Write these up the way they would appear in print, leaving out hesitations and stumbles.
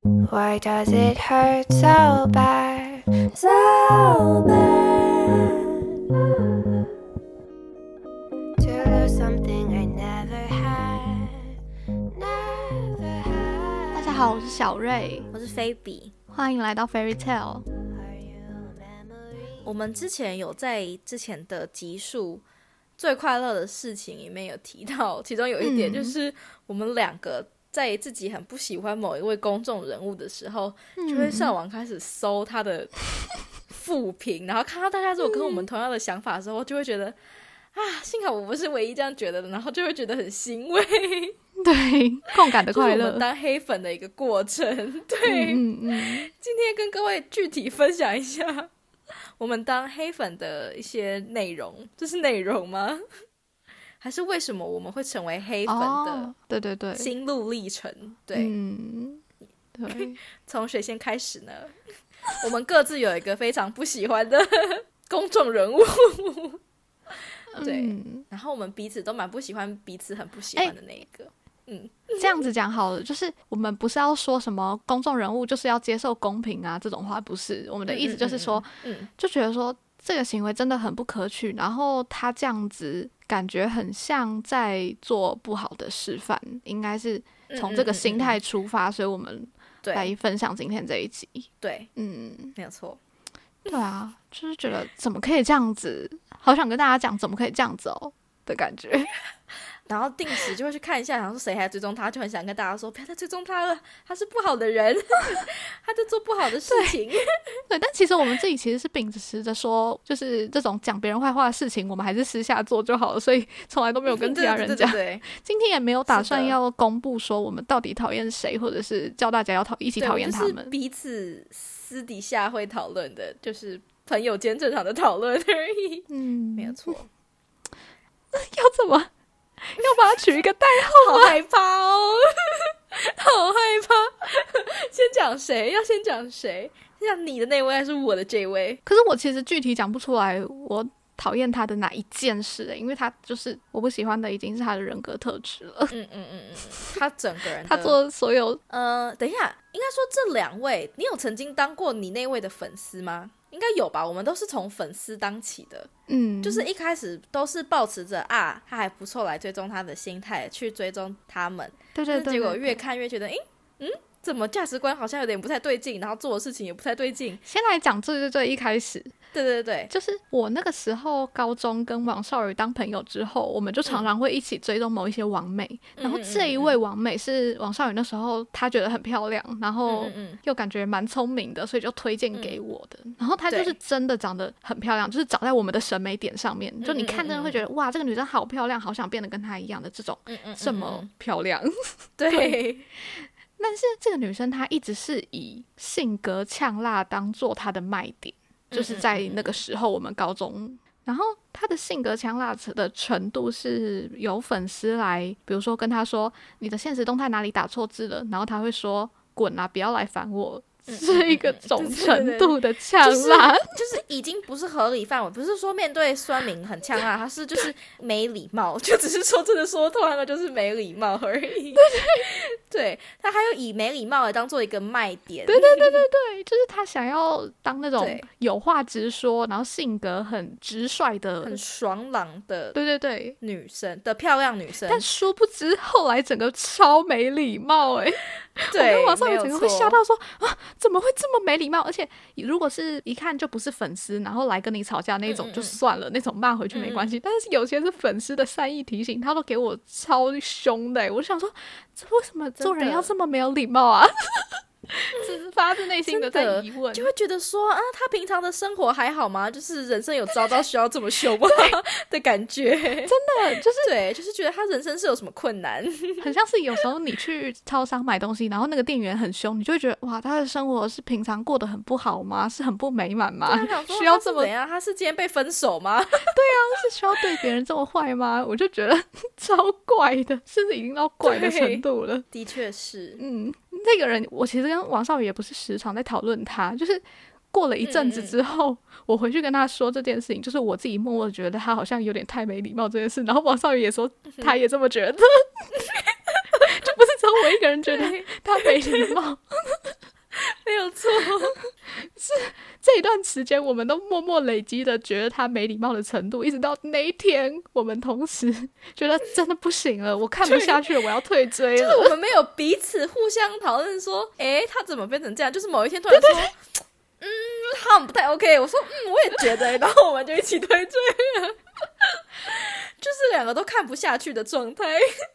Why does it hurt so bad? So bad to lose something I never had, never had. 大家好，我是小瑞， 我是菲比， 欢迎来到 Fairy Tale。 我们之前有在之前的集数最快乐的事情里面有提到，其中有一点就是我们两个在自己很不喜欢某一位公众人物的时候，就会上网开始搜他的负评，然后看到大家如果跟我们同样的想法的时候，就会觉得啊，幸好我不是唯一这样觉得的，然后就会觉得很欣慰。 对，共感的快乐， 就是我们当黑粉的一个过程。对，今天跟各位具体分享一下我们当黑粉的一些内容。这是内容吗？还是为什么我们会成为黑粉的？ 对对对， 心路历程。对， 对。 从谁先开始呢？我们各自有一个非常不喜欢的公众人物。对，然后我们彼此都蛮不喜欢彼此很不喜欢的那一个。 这样子讲好了，就是我们不是要说什么公众人物就是要接受公平啊这种话，不是。我们的意思就是说，就觉得说这个行为真的很不可取，然后他这样子感觉很像在做不好的示范，应该是从这个心态出发，所以我们来分享今天这一集。 对，没有错。 对啊，就是觉得怎么可以这样子，好想跟大家讲怎么可以这样子哦的感觉。 然后定时就会去看一下，然后说谁还追踪他，就很想跟大家说不要再追踪他了，他是不好的人，他在做不好的事情。 对，但其实我们自己其实是秉持着说，就是这种讲别人坏话的事情，我们还是私下做就好了，所以从来都没有跟其他人讲。 对， 今天也没有打算要公布说我们到底讨厌谁，或者是叫大家要一起讨厌他们。 就是彼此私底下会讨论的，就是朋友间正常的讨论而已。没有错。 要怎么？要把它取一个代号？ 好害怕哦，好害怕。先讲谁？要先讲谁？先讲你的那位还是我的这位？ 可是我其实具体讲不出来我讨厌他的哪一件事，因为他就是我不喜欢的已经是他的人格特质了。 他整个人的他做所有等一下，应该说这两位，你有曾经当过你那位的粉丝吗？应该有吧，我们都是从粉丝当起的。就是一开始都是抱持着他还不错来追踪他的心态去追踪他们。 对对对， 结果越看越觉得怎么价值观好像有点不太对劲，然后做的事情也不太对劲。 先来讲最一开始， 对， 就是我那个时候高中跟王少宇当朋友之后，我们就常常会一起追踪某一些网美，然后这一位网美是王少宇那时候他觉得很漂亮，然后又感觉蛮聪明的，所以就推荐给我的。然后她就是真的长得很漂亮，就是长在我们的审美点上面，就你看真的会觉得哇，这个女生好漂亮，好想变得跟她一样的这种这么漂亮。 对。 但是这个女生她一直是以性格呛辣当做她的卖点，就是在那个时候我们高中，然后她的性格呛辣的程度是有粉丝来比如说跟她说你的现实动态哪里打错字了，然后她会说滚啊，不要来烦我，是一个种程度的呛辣， 就是已经不是合理范围，不是说面对酸民很呛辣，他是就是没礼貌，就只是说真的说突然了就是没礼貌而已。对，他还有以没礼貌来当做一个卖点。对， 就是他想要当那种有话直说，然后性格很直率的、 很爽朗的， 对女生的漂亮女生。 但殊不知后来整个超没礼貌对， 我跟王少宇整个会吓到说啊，怎么会这么没礼貌？而且如果是一看就不是粉丝，然后来跟你吵架那种就算了，那种骂回去没关系。但是有些是粉丝的善意提醒，他都给我超凶的我就想说，这为什么做人要这么没有礼貌啊？只是发自内心的在疑问， 就会觉得说他平常的生活还好吗？就是人生有遭到需要这么凶吗的感觉？真的就是对，就是觉得他人生是有什么困难， 很像是有时候你去超商买东西，然后那个店员很凶，你就会觉得哇，他的生活是平常过得很不好吗？是很不美满吗？需要这么怎样？他是今天被分手吗？ 对啊，是需要对别人这么坏吗？我就觉得超怪的，甚至已经到怪的程度了。 的确是， 那个人我其实跟王少宇也不是时常在讨论他，就是过了一阵子之后，我回去跟他说这件事情，就是我自己默默觉得他好像有点太没礼貌这件事，然后王少宇也说他也这么觉得，就不是只有我一个人觉得他没礼貌。 是这一段时间我们都默默累积的觉得他没礼貌的程度，一直到那一天我们同时觉得真的不行了，我看不下去了，我要退追了。 就是我们没有彼此互相讨论说他怎么变成这样，就是某一天突然说他们不太 OK， 我说我也觉得然后我们就一起退追了就是两个都看不下去的状态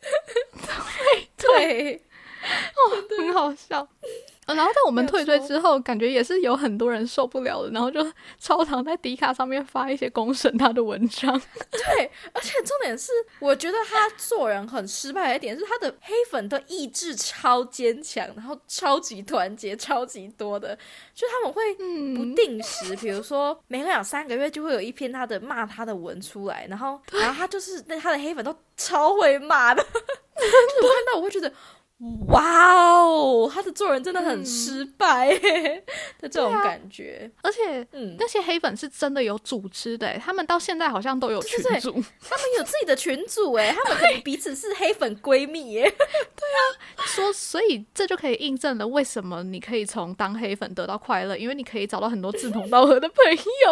对很好笑。然后在我们退追之后，感觉也是有很多人受不了了，然后就超常在 D 卡上面发一些公审他的文章。 对，而且重点是我觉得他做人很失败的一点是他的黑粉的意志超坚强，然后超级团结，超级多的，就他们会不定时比如说每2-3个月就会有一篇他的骂他的文出来，然后他就是他的黑粉都超会骂的就我看到我会觉得哇哦，他的做人真的很失败的这种感觉。 而且那些黑粉是真的有组织的，他们到现在好像都有群组， 他们有自己的群组他们可能彼此是黑粉闺蜜对啊，所以这就可以印证了为什么你可以从当黑粉得到快乐，因为你可以找到很多志同道合的朋友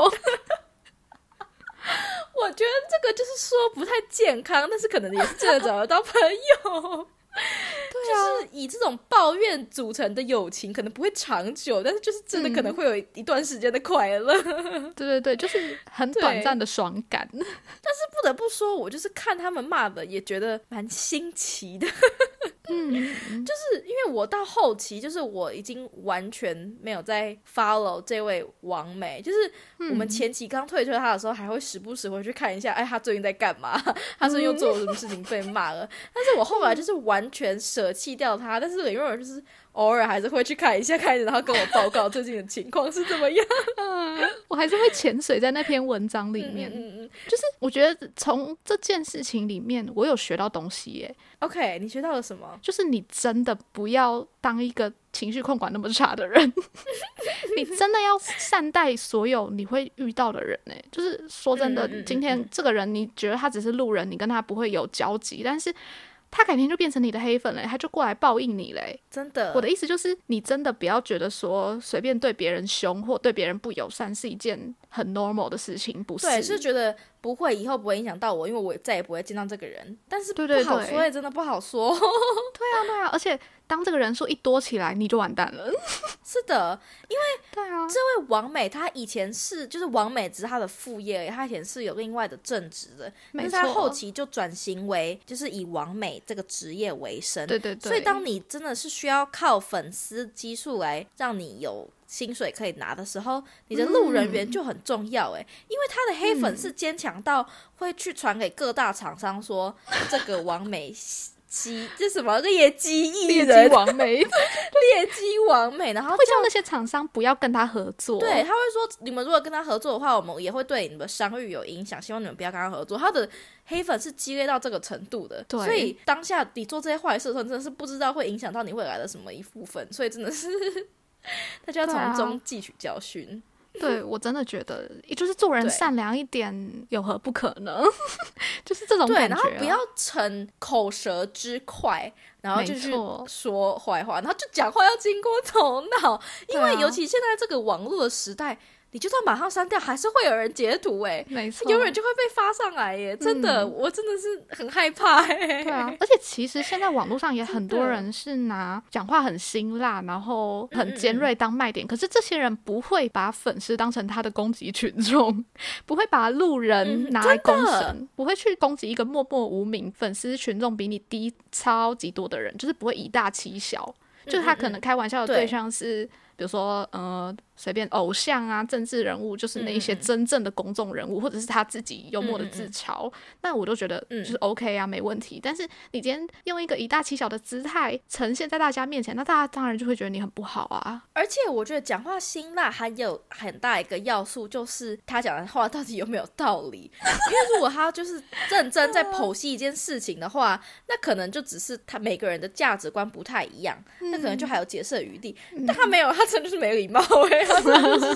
我觉得这个就是说不太健康，但是可能也是真的找得到朋友对啊，就是以这种抱怨组成的友情可能不会长久，但是就是真的可能会有一段时间的快乐对对对，就是很短暂的爽感。但是不得不说我就是看他们骂的也觉得蛮新奇的就是因为我到后期就是我已经完全没有在 follow 这位王美，就是我们前期刚退出他的时候还会时不时回去看一下他最近在干嘛，他最近又做了什么事情被骂了但是我后来就是完全舍弃掉他，但是我永远就是偶尔还是会去看一下然后跟我报告最近的情况是怎么样我还是会潜水在那篇文章里面就是我觉得从这件事情里面我有学到东西耶。 OK， 你学到了什么？ 就是你真的不要当一个情绪控管那么差的人你真的要善待所有你会遇到的人就是说真的今天这个人你觉得他只是路人，你跟他不会有交集，但是他改天就变成你的黑粉他就过来报应你真的。我的意思就是你真的不要觉得说随便对别人凶或对别人不友善是一件很 normal 的事情，不是。 对，是觉得不会，以后不会影响到我，因为我再也不会见到这个人，但是不好说真的不好说对啊，而且当这个人数一多起来你就完蛋了是的，因为对啊， 这位王美她以前是就是王美只是她的副业，她以前是有另外的正职的，但是她后期就转型为就是以王美这个职业为生。 对对对， 所以当你真的是需要靠粉丝基数来让你有薪水可以拿的时候，你的路人缘就很重要因为他的黑粉是坚强到会去传给各大厂商说这个王美这什么劣迹艺人劣迹王美劣迹王美，然后会叫那些厂商不要跟他合作。 对，他会说你们如果跟他合作的话，我们也会对你们的商誉有影响，希望你们不要跟他合作。他的黑粉是激烈到这个程度的，所以当下你做这些坏事的时候，真的是不知道会影响到你未来的什么一部分，所以真的是大家要从中汲取教训。 对，我真的觉得就是做人善良一点有何不可能就是这种感觉。对，然后不要逞口舌之快，然后就去说坏话，然后就讲话要经过头脑，因为尤其现在这个网络的时代，你就算马上删掉还是会有人截图没错， 永远就会被发上来真的我真的是很害怕对啊，而且其实现在网络上也很多人是拿讲话很辛辣然后很尖锐当卖点可是这些人不会把粉丝当成他的攻击群众不会把路人拿来攻审不会去攻击一个默默无名粉丝群众比你低超级多的人，就是不会以大欺小就是他可能开玩笑的对象是比如说随便偶像啊政治人物，就是那一些真正的公众人物或者是他自己幽默的自嘲那我都觉得就是 OK 啊没问题。但是你今天用一个以大欺小的姿态呈现在大家面前，那大家当然就会觉得你很不好啊。 而且我觉得讲话辛辣还有很大一个要素就是他讲的话到底有没有道理因为如果他就是认真在剖析一件事情的话那可能就只是他每个人的价值观不太一样那可能就还有解释的余地但他没有，他真的就是没礼貌他真的就是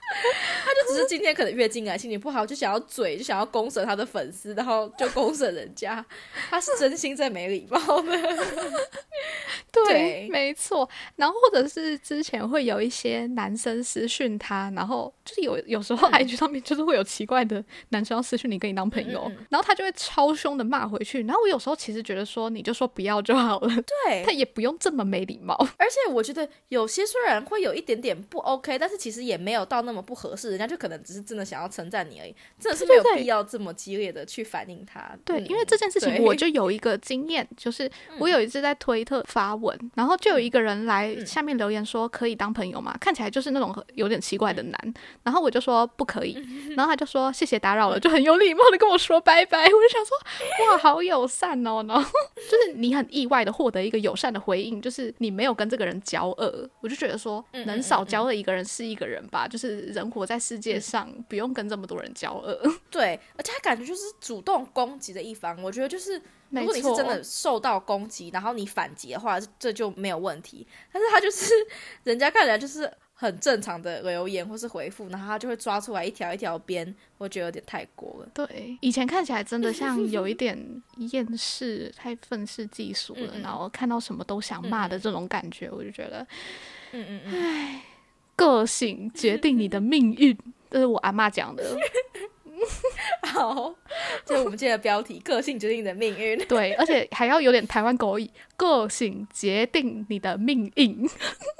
他就只是今天可能月经来心情不好，就想要嘴，就想要公审他的粉丝，然后就公审人家，他是真心在没礼貌的。 对，没错。然后或者是之前会有一些男生私讯他，然后就是有时候 IG 上面就是会有奇怪的男生要私讯你跟你当朋友，然后他就会超凶的骂回去。然后我有时候其实觉得说你就说不要就好了， 对， 他也不用这么没礼貌。 而且我觉得有些虽然会有一点点不 OK， 但是其实也没有到那么不合适，人家就可能只是真的想要称赞你而已，真的是没有必要这么激烈的去反应他。 对，因为这件事情我就有一个经验，就是我有一次在推特发文，然后就有一个人来下面留言说可以当朋友吗？看起来就是那种有点奇怪的男，然后我就说不可以，然后他就说谢谢打扰了，就很有礼貌的跟我说拜拜。我就想说哇好友善哦，然后就是你很意外的获得一个友善的回应，就是你没有跟这个人交恶，我就觉得说能少交恶一个人是一个人吧，就是人活在世界上不用跟这么多人交恶。 对，而且他感觉就是主动攻击的一方，我觉得就是如果你是真的受到攻击然后你反击的话，这就没有问题。但是他就是人家看起来就是很正常的留言或是回复，然后他就会抓出来一条一条编，我觉得有点太过了。 对，以前看起来真的像有一点厌世太愤世嫉俗了，然后看到什么都想骂的这种感觉，我就觉得唉，个性决定你的命运，这是我阿嬷讲的。 好，这是我们今天的标题，个性决定你的命运。 对，而且还要有点台湾口语，个性决定你的命运。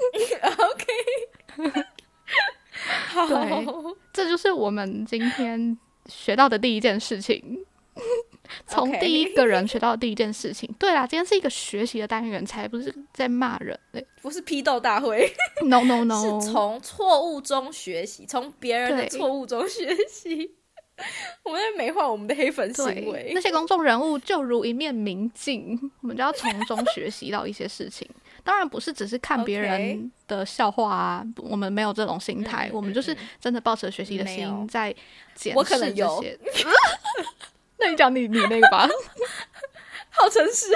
OK 好， 对，这就是我们今天学到的第一件事情。从第一个人学到的第一件事情。对啦，今天是一个学习的单元，才不是在骂人嘞， 不是批斗大会。 No no no， 是从错误中学习，从别人的错误中学习。我们在美化我们的黑粉行为。 那些公众人物就如一面明镜，我们就要从中学习到一些事情。当然不是只是看别人的笑话啊，我们没有这种心态，我们就是真的抱持学习的心在检视这些。 我可能有。 那你讲你那个吧。 好诚实。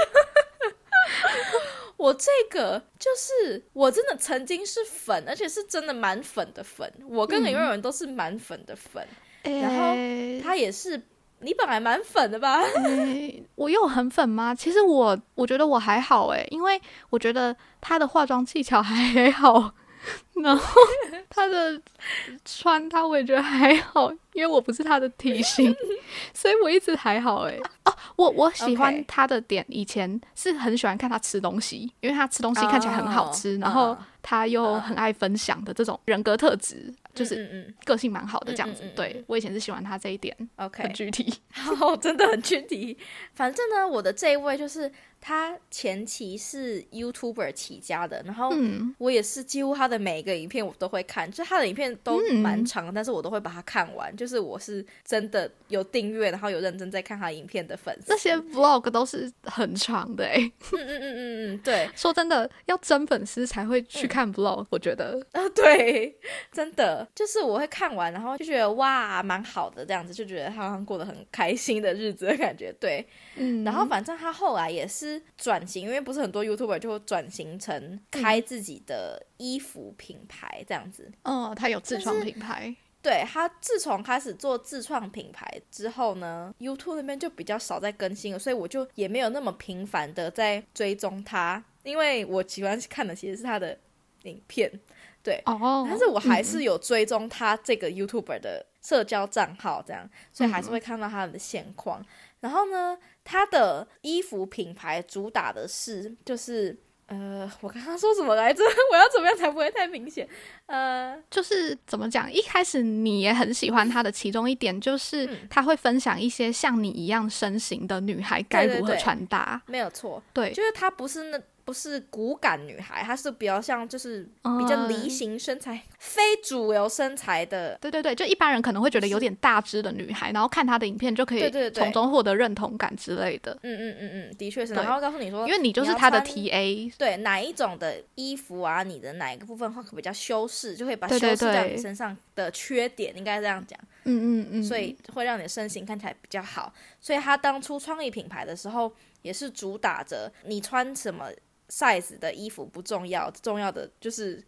我这个就是我真的曾经是粉，而且是真的蛮粉的粉。我跟李瑞文都是蛮粉的粉。然后他也是，你本来蛮粉的吧？ 我有很粉吗？其实我觉得我还好因为我觉得他的化妆技巧还好，然后他的穿搭我也觉得还好，因为我不是他的体型，所以我一直还好我喜欢他的点，以前是很喜欢看他吃东西，因为他吃东西看起来很好吃，然后他又很爱分享的这种人格特质。就是个性蛮好的这样子，对，我以前是喜欢他这一点，很具体。 真的很具体。反正呢，我的这一位就是他前期是 YouTuber 起家的，然后我也是几乎他的每一个影片我都会看，就他的影片都蛮长的，但是我都会把它看完，就是我是真的有订阅然后有认真在看他影片的粉丝。 那些 vlog 都是很长的对， 说真的要真粉丝才会去看 vlog，我觉得对，真的就是我会看完然后就觉得哇蛮好的这样子，就觉得他好像过得很开心的日子的感觉。对，然后反正他后来也是转型，因为不是很多 YouTuber 就转型成开自己的衣服品牌这样子。 他有自创品牌。 对，他自从开始做自创品牌之后呢， YouTube 那边就比较少在更新了，所以我就也没有那么频繁的在追踪他，因为我喜欢看的其实是他的影片。对，但是我还是有追踪他这个 YouTuber 的社交账号这样，所以还是会看到他的现况。然后呢，他的衣服品牌主打的是就是我刚刚说什么来着？我要怎么样才不会太明显？ 就是怎么讲？一开始你也很喜欢他的其中一点，就是他会分享一些像你一样身形的女孩该如何穿搭。 没有错， 对， 就是他不是骨感女孩，她是比较像就是比较梨形身材、非主流身材的。 对，就一般人可能会觉得有点大只的女孩，然后看她的影片就可以从中获得认同感之类的。 的确是。然后告诉你说， 因为你就是她的 TA， 对哪一种的衣服啊，你的哪一个部分会比较修饰，就会把修饰掉你身上的缺点，应该这样讲。所以会让你的身形看起来比较好。所以他当初创立品牌的时候，也是主打着你穿什么size 的衣服不重要，重要的就是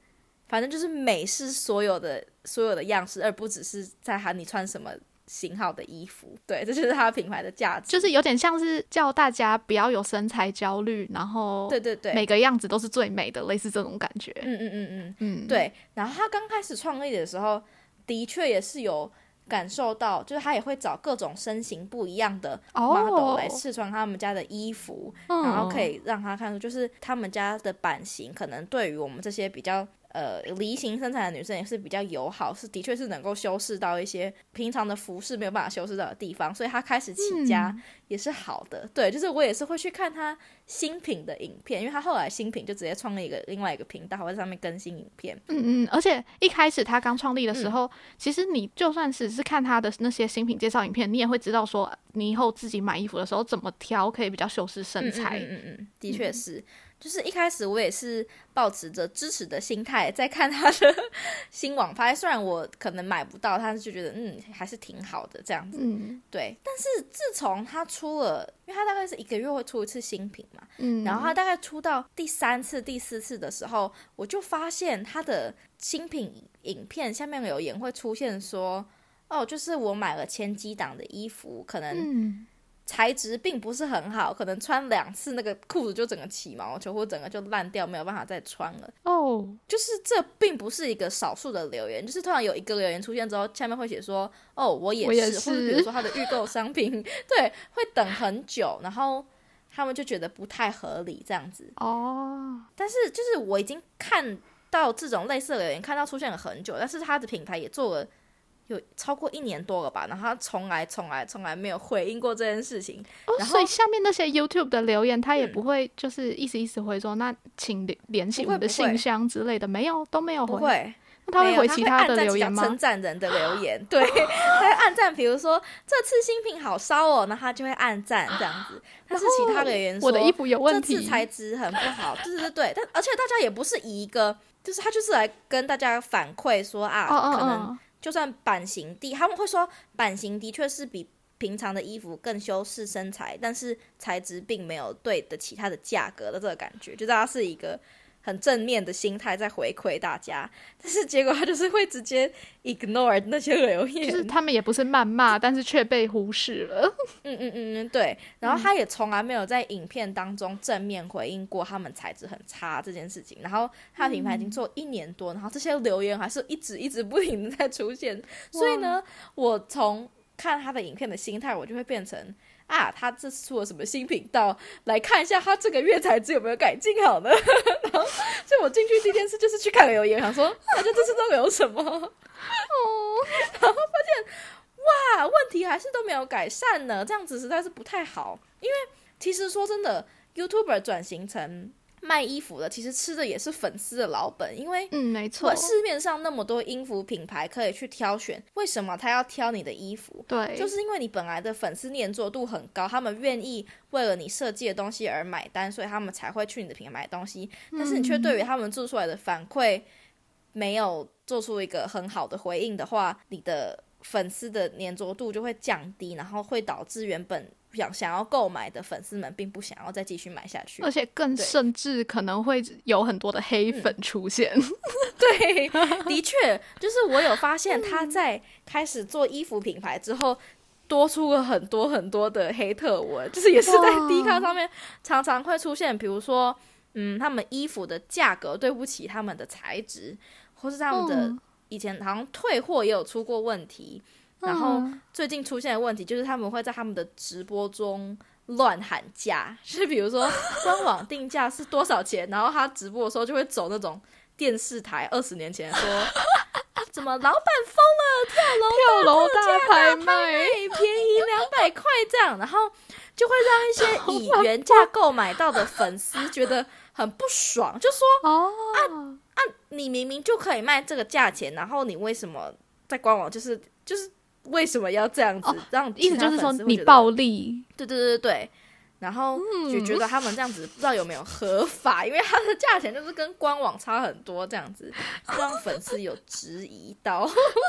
反正就是美是所有的样式，而不只是在喊你穿什么型号的衣服。对，这就是它品牌的价值， 就是有点像是叫大家不要有身材焦虑，然后对对对， 每个样子都是最美的，类似这种感觉。 对。然后他刚开始创立的时候的确也是有感受到，就是他也会找各种身形不一样的 model 来试穿他们家的衣服，然后可以让他看出就是他们家的版型可能对于我们这些比较梨形身材的女生也是比较友好，是的确是能够修饰到一些平常的服饰没有办法修饰到的地方，所以他开始起家也是好的。对，就是我也是会去看他新品的影片，因为他后来新品就直接创立另外一个频道，会在上面更新影片。 而且一开始他刚创立的时候，其实你就算是看他的那些新品介绍影片，你也会知道说你以后自己买衣服的时候怎么挑可以比较修饰身材。 的确是。就是一开始我也是抱持着支持的心态在看他的新网拍，虽然我可能买不到，但是就觉得还是挺好的这样子。对。但是自从他出了，因为他大概是1个月会出一次新品嘛，然后他大概出到第3次第4次的时候，我就发现他的新品影片下面留言会出现说，就是我买了前几档的衣服，可能材质并不是很好，可能穿2次那个裤子就整个起毛球，或整个就烂掉，没有办法再穿了。就是这并不是一个少数的留言，就是通常有一个留言出现之后，下面会写说我也是，或者比如说他的预购商品对，会等很久，然后他们就觉得不太合理这样子。但是就是我已经看到这种类似的留言，看到出现了很久，但是他的品牌也做了有超过1年多了吧，然后他从来没有回应过这件事情。然后所以下面那些 YouTube 的留言他也不会就是意思回说那请联系我们的信箱之类的，没有，都没有回。 不会。 那他会回其他的留言吗？ 他会按赞称赞人的留言，对，他会按赞，比如说这次新品好烧哦，那他就会按赞这样子。但是其他留言说我的衣服有问题， 这次材质很不好，对。但而且大家也不是以一个，就是他就是来跟大家反馈说可能就算版型他们会说版型的确是比平常的衣服更修饰身材，但是材质并没有对得起它的价格的这个感觉，就大家是一个很正面的心态在回馈大家。但是结果他就是会直接 ignore 那些留言， 就是他们也不是谩骂，但是却被忽视了。 对。然后他也从来没有在影片当中正面回应过他们材质很差这件事情。然后他的品牌已经做1年多，然后这些留言还是一直不停的在出现。所以呢，我从看他的影片的心态，我就会变成他这次出了什么新频道，来看一下他这个月材质有没有改进好呢。然后所以我进去第一件事就是去看留言，想说大家这次都有什么然后发现问题还是都没有改善呢，这样子实在是不太好。因为其实说真的 YouTuber 转型成卖衣服的，其实吃的也是粉丝的老本。因为没错， 市面上那么多衣服品牌可以去挑选，为什么他要挑你的衣服？ 对， 就是因为你本来的粉丝黏着度很高，他们愿意为了你设计的东西而买单，所以他们才会去你的品牌买东西。但是你却对于他们做出来的反馈没有做出一个很好的回应的话，你的粉丝的黏着度就会降低，然后会导致原本想要购买的粉丝们并不想要再继续买下去， 而且更甚至可能会有很多的黑粉出现。 对，的确，就是我有发现他在开始做衣服品牌之后多出了很多很多的黑特文，就是也是在 Dcard 上面常常会出现，比如说他们衣服的价格对不起他们的材质，或是他们的以前好像退货也有出过问题。然后最近出现的问题就是他们会在他们的直播中乱喊价，就是比如说官网定价是多少钱，然后他直播的时候就会走那种电视台20年前说怎么老板疯了，跳楼大拍卖，便宜200块这样，然后就会让一些以原价购买到的粉丝觉得很不爽，就说你明明就可以卖这个价钱，然后你为什么在官网就是为什么要这样子让意思就是说你暴利。 对，然后就觉得他们这样子不知道有没有合法，因为它的价钱就是跟官网差很多，这样子让粉丝有质疑到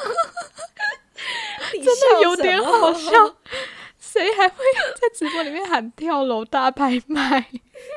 真的有点好笑，谁还会在直播里面喊跳楼大拍卖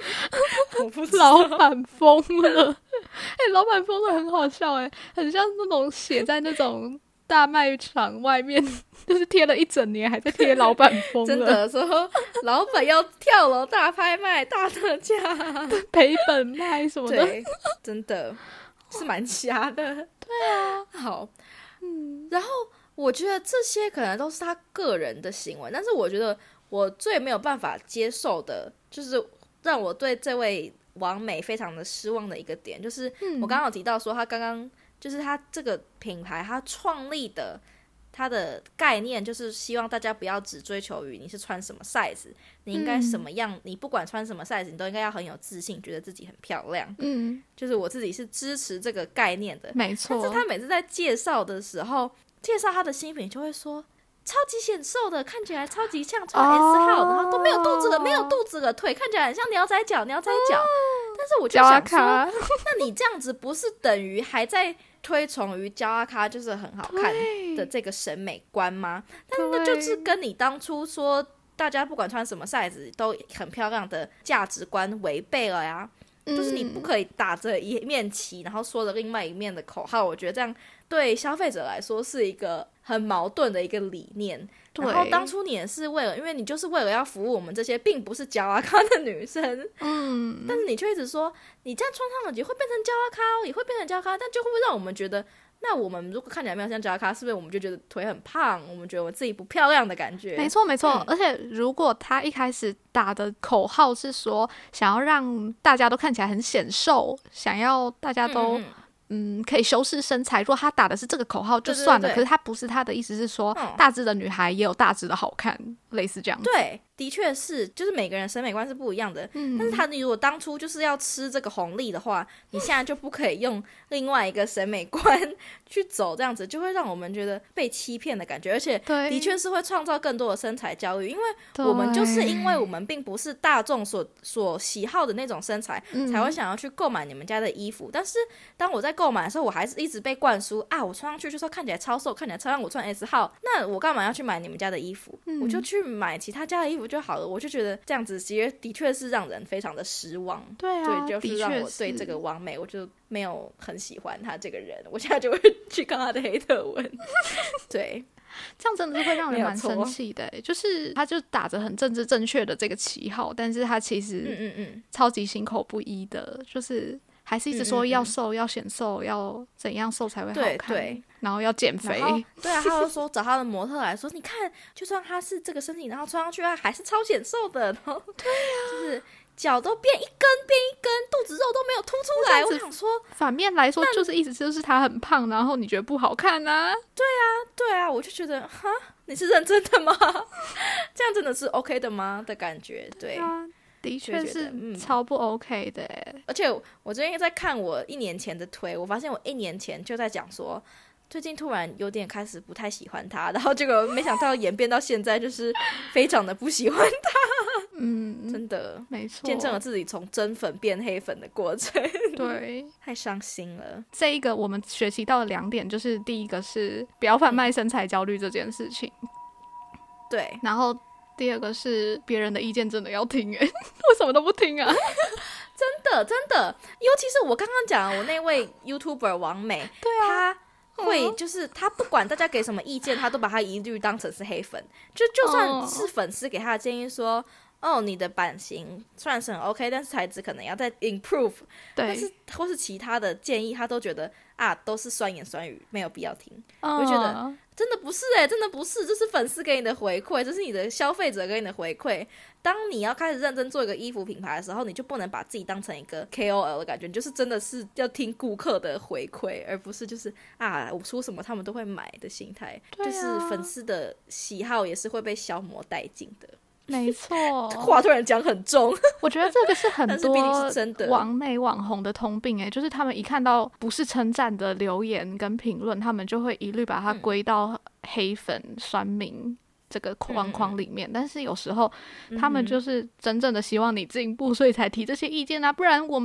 我不知道老板疯了，老板疯了很好笑很像那种写在那种大卖场外面，就是贴了一整年还在贴老板疯了， 真的说老板要跳楼大拍卖大特价赔本卖什么的， 对，真的是蛮瞎的。 对啊， 好，然后我觉得这些可能都是他个人的行为，但是我觉得我最没有办法接受的，就是让我对这位网美非常的失望的一个点，就是我刚刚有提到说，他刚刚就是他这个品牌他创立的，他的概念就是希望大家不要只追求于你是穿什么 size， 你应该什么样，你不管穿什么 size， 你都应该要很有自信，觉得自己很漂亮。就是我自己是支持这个概念的， 没错。 但是他每次在介绍的时候，介绍他的新品就会说超级显瘦的，看起来超级像穿 S 号，然后都没有肚子了，没有肚子了，腿看起来很像鸟仔脚，但是我就想说，那你这样子不是等于还在推崇于胶阿卡就是很好看的这个审美观吗？但是那就是跟你当初说大家不管穿什么 size 都很漂亮的价值观违背了呀。就是你不可以打着一面旗，然后说着另外一面的口号，我觉得这样对消费者来说是一个很矛盾的一个理念。然后当初你也是为了，因为你就是为了要服务我们这些并不是胶阿卡的女生，但是你却一直说你这样穿上了也会变成胶阿卡哦，也会变成胶阿卡，但就会让我们觉得，那我们如果看起来没有像胶阿卡，是不是我们就觉得腿很胖，我们觉得我自己不漂亮的感觉？ 没错没错，而且如果他一开始打的口号是说想要让大家都看起来很显瘦，想要大家都可以修饰身材，如果他打的是这个口号就算了，可是他不是，他的意思是说大只的女孩也有大只的好看，类似这样子。 对，的确是，就是每个人审美观是不一样的，但是他如果当初就是要吃这个红利的话，你现在就不可以用另外一个审美观去走，这样子就会让我们觉得被欺骗的感觉，而且的确是会创造更多的身材焦虑，因为我们就是因为我们并不是大众所喜好的那种身材，才会想要去购买你们家的衣服。但是当我在购买的时候，我还是一直被灌输啊，我穿上去就是要看起来超瘦，看起来超像我穿 S 号，那我干嘛要去买你们家的衣服？我就去买其他家的衣服就好了。我就觉得这样子其实的确是让人非常的失望。 对啊， 对，就是让我对这个网美我就没有很喜欢他这个人，我现在就会去看他的黑特文。对， 这样真的是会让人蛮生气的，就是他就打着很政治正确的这个旗号，但是他其实超级心口不一的，就是还是一直说要瘦要显瘦，要怎样瘦才会好看， 对， 然后要减肥。 对啊，他就说找他的模特来说，你看，就算他是这个身体，然后穿上去他还是超显瘦的，然后对啊，就是脚都变一根，肚子肉都没有凸出来。我想说， 反面来说，就是意思就是他很胖，然后你觉得不好看啊？ 对啊，我就觉得哈，你是认真的吗？这样真的是 OK 的吗？的感觉，对。 的确是超不 OK 的而且我最近在看我1年前的推，我发现我1年前就在讲说最近突然有点开始不太喜欢他，然后结果没想到演变到现在就是非常的不喜欢他。真的没错， 见证了自己从真粉变黑粉的过程。 对， 太伤心了。 这一个我们学习到的2点，就是第一个是不要贩卖身材焦虑这件事情， 对， 然后第二个是别人的意见真的要听为什么都不听啊？ 真的，尤其是我刚刚讲我那位 YouTuber 王美，对啊，他会就是他不管大家给什么意见，他都把他一律当成是黑粉，就算是粉丝给他的建议说你的版型虽然是很 OK， 但是材质可能要再 improve， 但是或是其他的建议他都觉得都是酸言酸语，没有必要听。我就觉得真的不是真的不是，这是粉丝给你的回馈，这是你的消费者给你的回馈。当你要开始认真做一个衣服品牌的时候，你就不能把自己当成一个 KOL 的感觉，你就是真的是要听顾客的回馈，而不是就是我出什么他们都会买的心态，就是粉丝的喜好也是会被消磨殆尽的。 没错， 话突然讲很重。 我觉得这个是很多网美网红的通病就是他们一看到不是称赞的留言跟评论，他们就会一律把它归到黑粉酸民这个框框里面，但是有时候他们就是真正的希望你进步，所以才提这些意见不然我们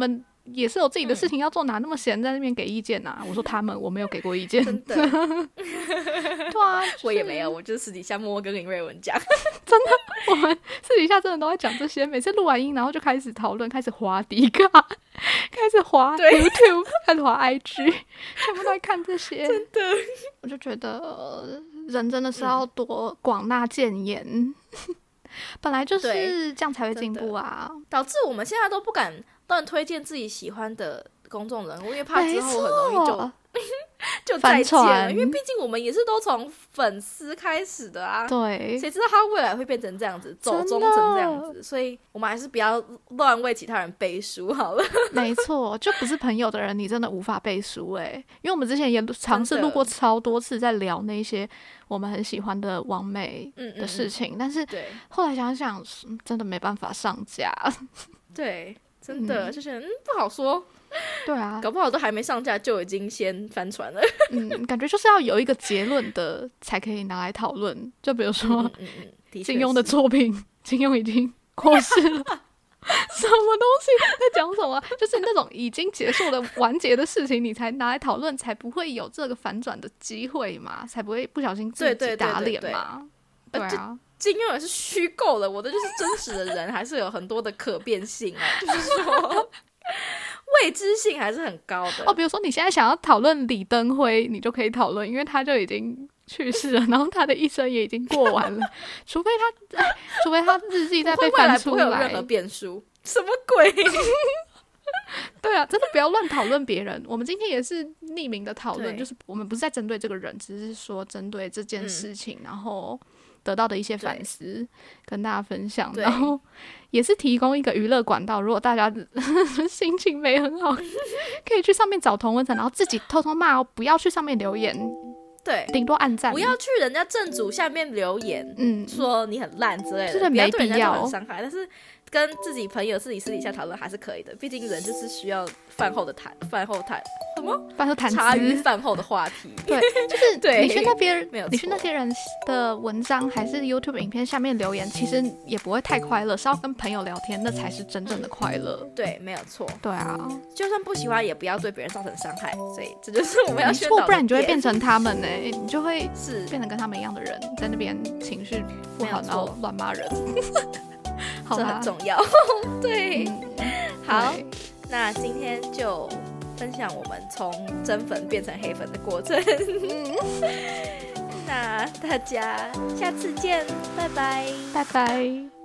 也是有自己的事情要做，哪那么闲在那边给意见啊？我说我没有给过意见， 真的。 对啊， 我也没有，我就是私底下默默跟林瑞文讲。 真的，我们私底下真的都在讲这些，每次录完音然后就开始讨论，开始滑迪卡，开始滑 YouTube， 开始滑 IG， 全部都在看这些。 真的， 我就觉得人真的是要多广纳谏言。本来就是这样才会进步啊， 导致我们现在都不敢乱推荐自己喜欢的公众人物，因为怕之后很容易就再见了，因为毕竟我们也是都从粉丝开始的啊， 对， 谁知道他未来会变成这样子，走中成这样子，所以我们还是不要乱为其他人背书好了。 没错，就不是朋友的人你真的无法背书因为我们之前也尝试录过超多次在聊那些我们很喜欢的网美的事情，但是后来想想真的没办法上架。 对，真的就是不好说。 对啊， 搞不好都还没上架就已经先翻船了。 感觉就是要有一个结论的才可以拿来讨论，就比如说金庸的作品，金庸已经过世了什么东西在讲什么，就是那种已经结束的完结的事情你才拿来讨论，才不会有这个反转的机会嘛，才不会不小心自己打脸嘛。对啊， 金庸也是虚构的，我的就是真实的人，还是有很多的可变性啊，就是说未知性还是很高的。 比如说你现在想要讨论李登辉，你就可以讨论，因为他就已经去世了，然后他的一生也已经过完了，除非他日记再被翻出来， 不会有任何变数，什么鬼？ 对啊，真的不要乱讨论别人。我们今天也是匿名的讨论，就是我们不是在针对这个人，只是说针对这件事情，然后得到的一些反思跟大家分享，然后也是提供一个娱乐管道。如果大家心情没很好，可以去上面找同温层，然后自己偷偷骂不要去上面留言。对，顶多按赞， 不要去人家正主下面留言，说你很烂之类的， 真的没必要， 很伤害。但是跟自己朋友自己私底下讨论还是可以的，毕竟人就是需要饭后谈什么饭后谈茶余饭后的话题。 对，就是对你去那些人的文章还是 YouTube 影片下面留言，其实也不会太快乐，是要跟朋友聊天，那才是真正的快乐。 对，没有错。 对啊， 就算不喜欢，也不要对别人造成伤害。所以这就是我们要宣导的点， 不然你就会变成他们你就会变成跟他们一样的人，在那边情绪不好，然后乱骂人。 这很重要。对，好，那今天就分享我们从真粉变成黑粉的过程。那大家下次见，拜拜， 拜拜。